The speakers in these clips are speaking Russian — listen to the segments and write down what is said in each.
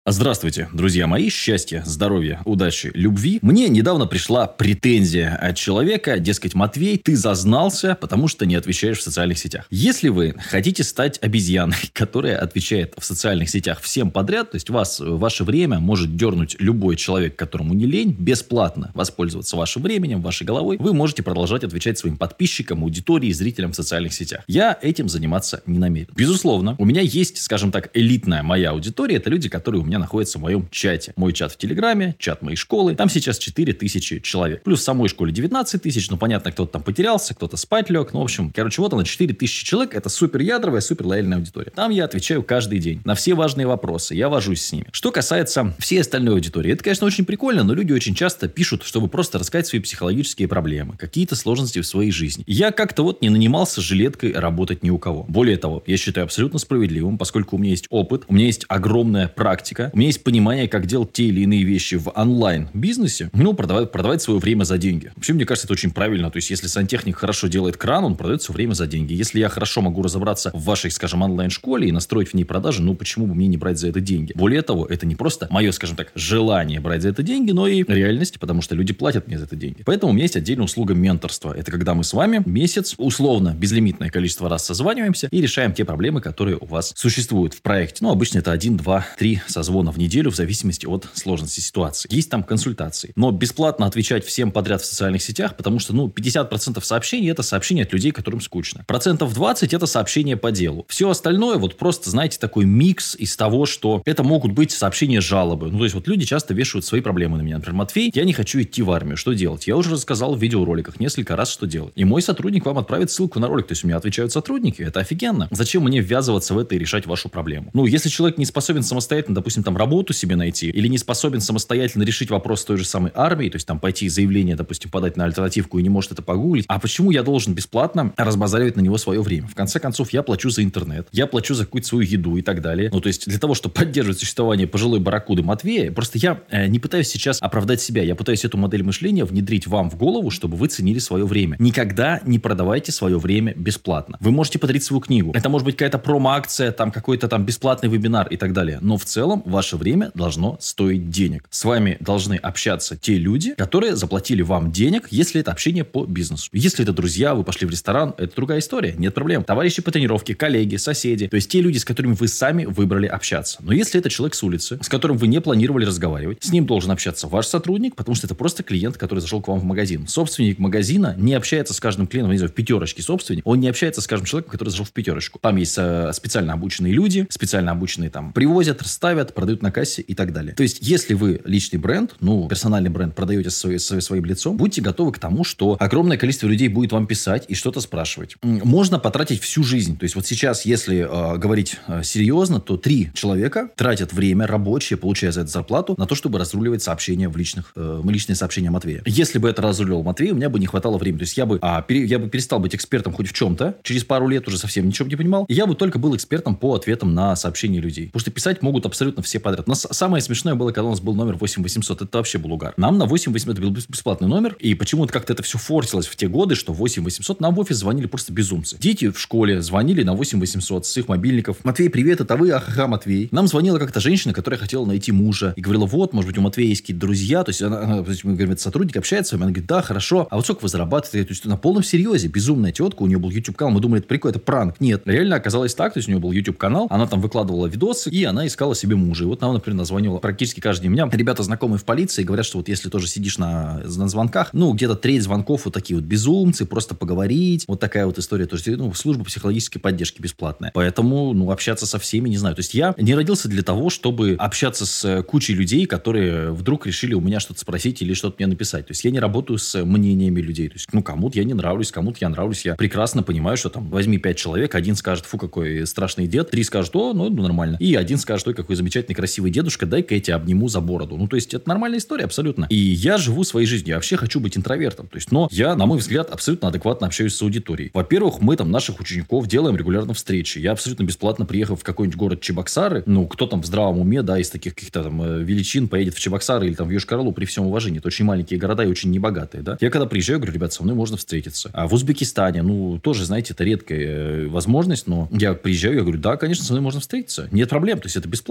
Здравствуйте, друзья мои, счастья, здоровья, удачи, любви. Мне недавно пришла претензия от человека, дескать, Матвей, ты зазнался, потому что не отвечаешь в социальных сетях. Если вы хотите стать обезьяной, которая отвечает в социальных сетях всем подряд, то есть ваше время может дернуть любой человек, которому не лень, бесплатно воспользоваться вашим временем, вашей головой, вы можете продолжать отвечать своим подписчикам, аудитории, зрителям в социальных сетях. Я этим заниматься не намерен. Безусловно, у меня есть, скажем так, элитная моя аудитория, это люди, которые у меня находится в моем чате. Мой чат в Телеграме, чат моей школы. Там сейчас 4000 человек. Плюс в самой школе 19 тысяч. Ну, понятно, кто-то там потерялся, кто-то спать лег. Ну, в общем, вот она, 4000 человек. Это супер ядровая, супер лояльная аудитория. Там я отвечаю каждый день на все важные вопросы. Я вожусь с ними. Что касается всей остальной аудитории. Это, конечно, очень прикольно, но люди очень часто пишут, чтобы просто рассказать свои психологические проблемы, какие-то сложности в своей жизни. Я как-то не нанимался жилеткой работать ни у кого. Более того, я считаю абсолютно справедливым, поскольку у меня есть опыт, у меня есть огромная практика, у меня есть понимание, как делать те или иные вещи в онлайн-бизнесе, продавать свое время за деньги. Вообще, мне кажется, это очень правильно. То есть, если сантехник хорошо делает кран, он продает свое время за деньги. Если я хорошо могу разобраться в вашей, скажем, онлайн-школе и настроить в ней продажи, почему бы мне не брать за это деньги? Более того, это не просто мое, скажем так, желание брать за это деньги, но и реальность, потому что люди платят мне за это деньги. Поэтому у меня есть отдельная услуга менторства. Это когда мы с вами месяц, условно, безлимитное количество раз созваниваемся и решаем те проблемы, которые у вас существуют в проекте. Обычно это 1, 2, 3 созвона в неделю, в зависимости от сложности ситуации. Есть там консультации. Но бесплатно отвечать всем подряд в социальных сетях, потому что, 50% сообщений – это сообщения от людей, которым скучно. 20% – это сообщения по делу. Все остальное, просто, знаете, такой микс из того, что это могут быть сообщения жалобы. То есть, люди часто вешают свои проблемы на меня. Например, Матвей, я не хочу идти в армию. Что делать? Я уже рассказал в видеороликах несколько раз, что делать. И мой сотрудник вам отправит ссылку на ролик. То есть, у меня отвечают сотрудники. Это офигенно. Зачем мне ввязываться в это и решать вашу проблему? Если человек не способен самостоятельно, допустим, работу себе найти, или не способен самостоятельно решить вопрос с той же самой армией, то есть пойти заявление, допустим, подать на альтернативку и не может это погуглить, а почему я должен бесплатно разбазаривать на него свое время? В конце концов, я плачу за интернет, я плачу за какую-то свою еду и так далее. То есть, для того, чтобы поддерживать существование пожилой барракуды Матвея, просто я не пытаюсь сейчас оправдать себя, я пытаюсь эту модель мышления внедрить вам в голову, чтобы вы ценили свое время. Никогда не продавайте свое время бесплатно. Вы можете подарить свою книгу. Это может быть какая-то промо-акция, какой-то бесплатный вебинар и так далее. Но в целом, ваше время должно стоить денег. С вами должны общаться те люди, которые заплатили вам денег, если это общение по бизнесу. Если это друзья, вы пошли в ресторан, это другая история, нет проблем. Товарищи по тренировке, коллеги, соседи, то есть те люди, с которыми вы сами выбрали общаться. Но если это человек с улицы, с которым вы не планировали разговаривать, с ним должен общаться ваш сотрудник, потому что это просто клиент, который зашел к вам в магазин. Собственник магазина не общается с каждым клиентом, в пятерочке собственник, он не общается с каждым человеком, который зашел в пятерочку. Там есть специально обученные люди, специально обученные привозят, ставят, продают на кассе и так далее. То есть, если вы личный бренд, персональный бренд продаете своим лицом, будьте готовы к тому, что огромное количество людей будет вам писать и что-то спрашивать. Можно потратить всю жизнь. То есть, сейчас, если говорить серьезно, то 3 человека тратят время рабочее, получая за это зарплату, на то, чтобы разруливать сообщения личные сообщения Матвея. Если бы это разруливал Матвей, у меня бы не хватало времени. То есть, я бы перестал быть экспертом хоть в чем-то, через пару лет уже совсем ничего не понимал, и я бы только был экспертом по ответам на сообщения людей. Потому что писать могут абсолютно все подряд. Но самое смешное было, когда у нас был номер 8800. Это вообще был угар. Нам на 8800 был бесплатный номер. И почему-то как-то это все форсилось в те годы, что 8800 нам в офис звонили просто безумцы. Дети в школе звонили на 8800 с их мобильников. Матвей, привет, это вы? Ахаха, Матвей. Нам звонила как-то женщина, которая хотела найти мужа. И говорила, может быть, у Матвея есть какие-то друзья. То есть, мы говорим, это сотрудник общается с вами. Она говорит, да, хорошо. А сколько вы зарабатываете? То есть, на полном серьезе. Безумная тетка. У нее был YouTube-канал. Мы думали, это прикольно, это пранк. Нет. Реально оказалось так. То есть, у нее был YouTube-канал. Она там выкладывала видосы. И она искала себе мужа. И нам, например, названивала практически каждый день. У меня ребята знакомые в полиции говорят, что если тоже сидишь на звонках, где-то треть звонков такие безумцы, просто поговорить. Такая история. То есть, служба психологической поддержки бесплатная. Поэтому, общаться со всеми, не знаю. То есть, я не родился для того, чтобы общаться с кучей людей, которые вдруг решили у меня что-то спросить или что-то мне написать. То есть, я не работаю с мнениями людей. То есть, кому-то я не нравлюсь, кому-то я нравлюсь. Я прекрасно понимаю, что возьми 5 человек, один скажет, фу, какой страшный дед, 3 скажут, нормально. И один скажет, ой, какой замечательный, красивый дедушка, дай-ка я тебя обниму за бороду. То есть, это нормальная история абсолютно. И я живу своей жизнью. Я вообще хочу быть интровертом. То есть, но я, на мой взгляд, абсолютно адекватно общаюсь с аудиторией. Во-первых, мы наших учеников делаем регулярно встречи. Я абсолютно бесплатно приехал в какой-нибудь город Чебоксары. Кто там в здравом уме, из таких каких-то величин поедет в Чебоксары или в Йошкар-Олу, при всем уважении. Это очень маленькие города и очень небогатые, да. Я когда приезжаю, говорю, ребят, со мной можно встретиться. А в Узбекистане, тоже, знаете, это редкая возможность, но я приезжаю, я говорю, да, конечно, со мной можно встретиться. Нет проблем. То есть, это бесплатно. Приходите.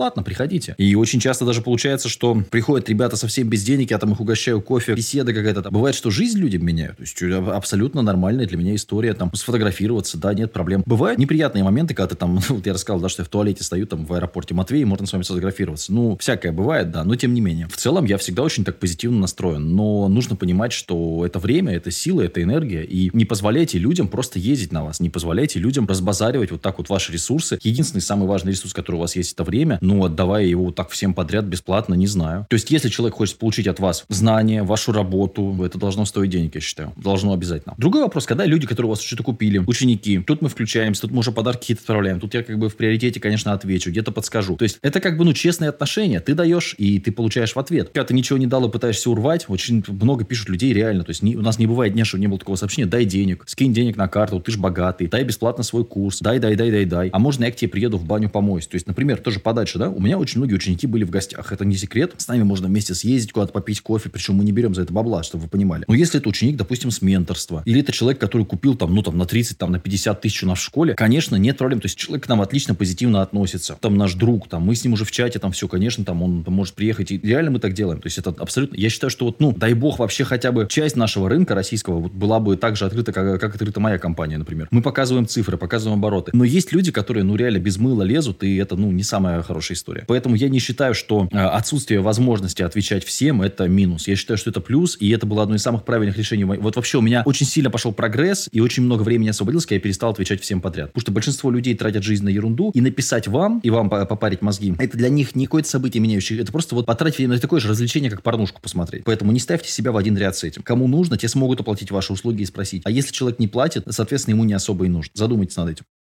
приходите. И очень часто даже получается, что приходят ребята совсем без денег, я там их угощаю кофе, беседа какая-то. Бывает, что жизнь людям меняют. То есть абсолютно нормальная для меня история. Там сфотографироваться, да, нет проблем. Бывают неприятные моменты, когда ты там, вот я рассказал, да, что я в туалете стою там в аэропорте Матвей, можно с вами сфотографироваться. Ну, всякое бывает, да, но тем не менее. В целом я всегда очень так позитивно настроен. Но нужно понимать, что это время, это сила, это энергия. И не позволяйте людям просто ездить на вас. Не позволяйте людям разбазаривать вот так вот ваши ресурсы. Единственный самый важный ресурс, который у вас есть, это время. Ну, отдавая его вот так всем подряд бесплатно, не знаю. То есть, если человек хочет получить от вас знания, вашу работу, это должно стоить денег, я считаю. Должно обязательно. Другой вопрос, когда люди, которые у вас что-то купили, ученики, тут мы включаемся, тут мы уже подарки какие-то отправляем, тут я как бы в приоритете, конечно, отвечу, где-то подскажу. То есть, это как бы, ну, честные отношения. Ты даешь, и ты получаешь в ответ. Когда ты ничего не дал и пытаешься урвать, очень много пишут людей реально. То есть, у нас не бывает дня, чтобы не было такого сообщения: дай денег, скинь денег на карту, ты ж богатый, дай бесплатно свой курс, дай. А можно я к тебе приеду в баню помоюсь? То есть, например, тоже подальше, да, у меня очень многие ученики были в гостях. Это не секрет. С нами можно вместе съездить куда-то попить кофе, причем мы не берем за это бабла, чтобы вы понимали. Но если это ученик, допустим, с менторства, или это человек, который купил там, ну, там, на 30, там, на 50 тысяч у нас в школе, конечно, нет проблем. То есть, человек к нам отлично позитивно относится. Там наш друг, там, мы с ним уже в чате, там, все, конечно, там, он может приехать. И реально мы так делаем. То есть, это абсолютно... Я считаю, что вот, ну, дай бог, вообще хотя бы часть нашего рынка российского вот была бы так же открыта, как открыта моя компания, например. Мы показываем цифры, показываем обороты. Но есть люди, которые, ну, реально без мыла лезут, и это, ну, не самая хорошая история. Поэтому я не считаю, что отсутствие возможности отвечать всем — это минус. Я считаю, что это плюс, и это было одно из самых правильных решений. Вот вообще у меня очень сильно пошел прогресс, и очень много времени освободилось, когда я перестал отвечать всем подряд. Потому что большинство людей тратят жизнь на ерунду, и написать вам, и вам попарить мозги, это для них не какое-то событие меняющее, это просто вот потратить время на такое же развлечение, как порнушку посмотреть. Поэтому не ставьте себя в один ряд с этим. Кому нужно, те смогут оплатить ваши услуги и спросить. А если человек не платит, соответственно, ему не особо и нужно. Задумайтесь над этим.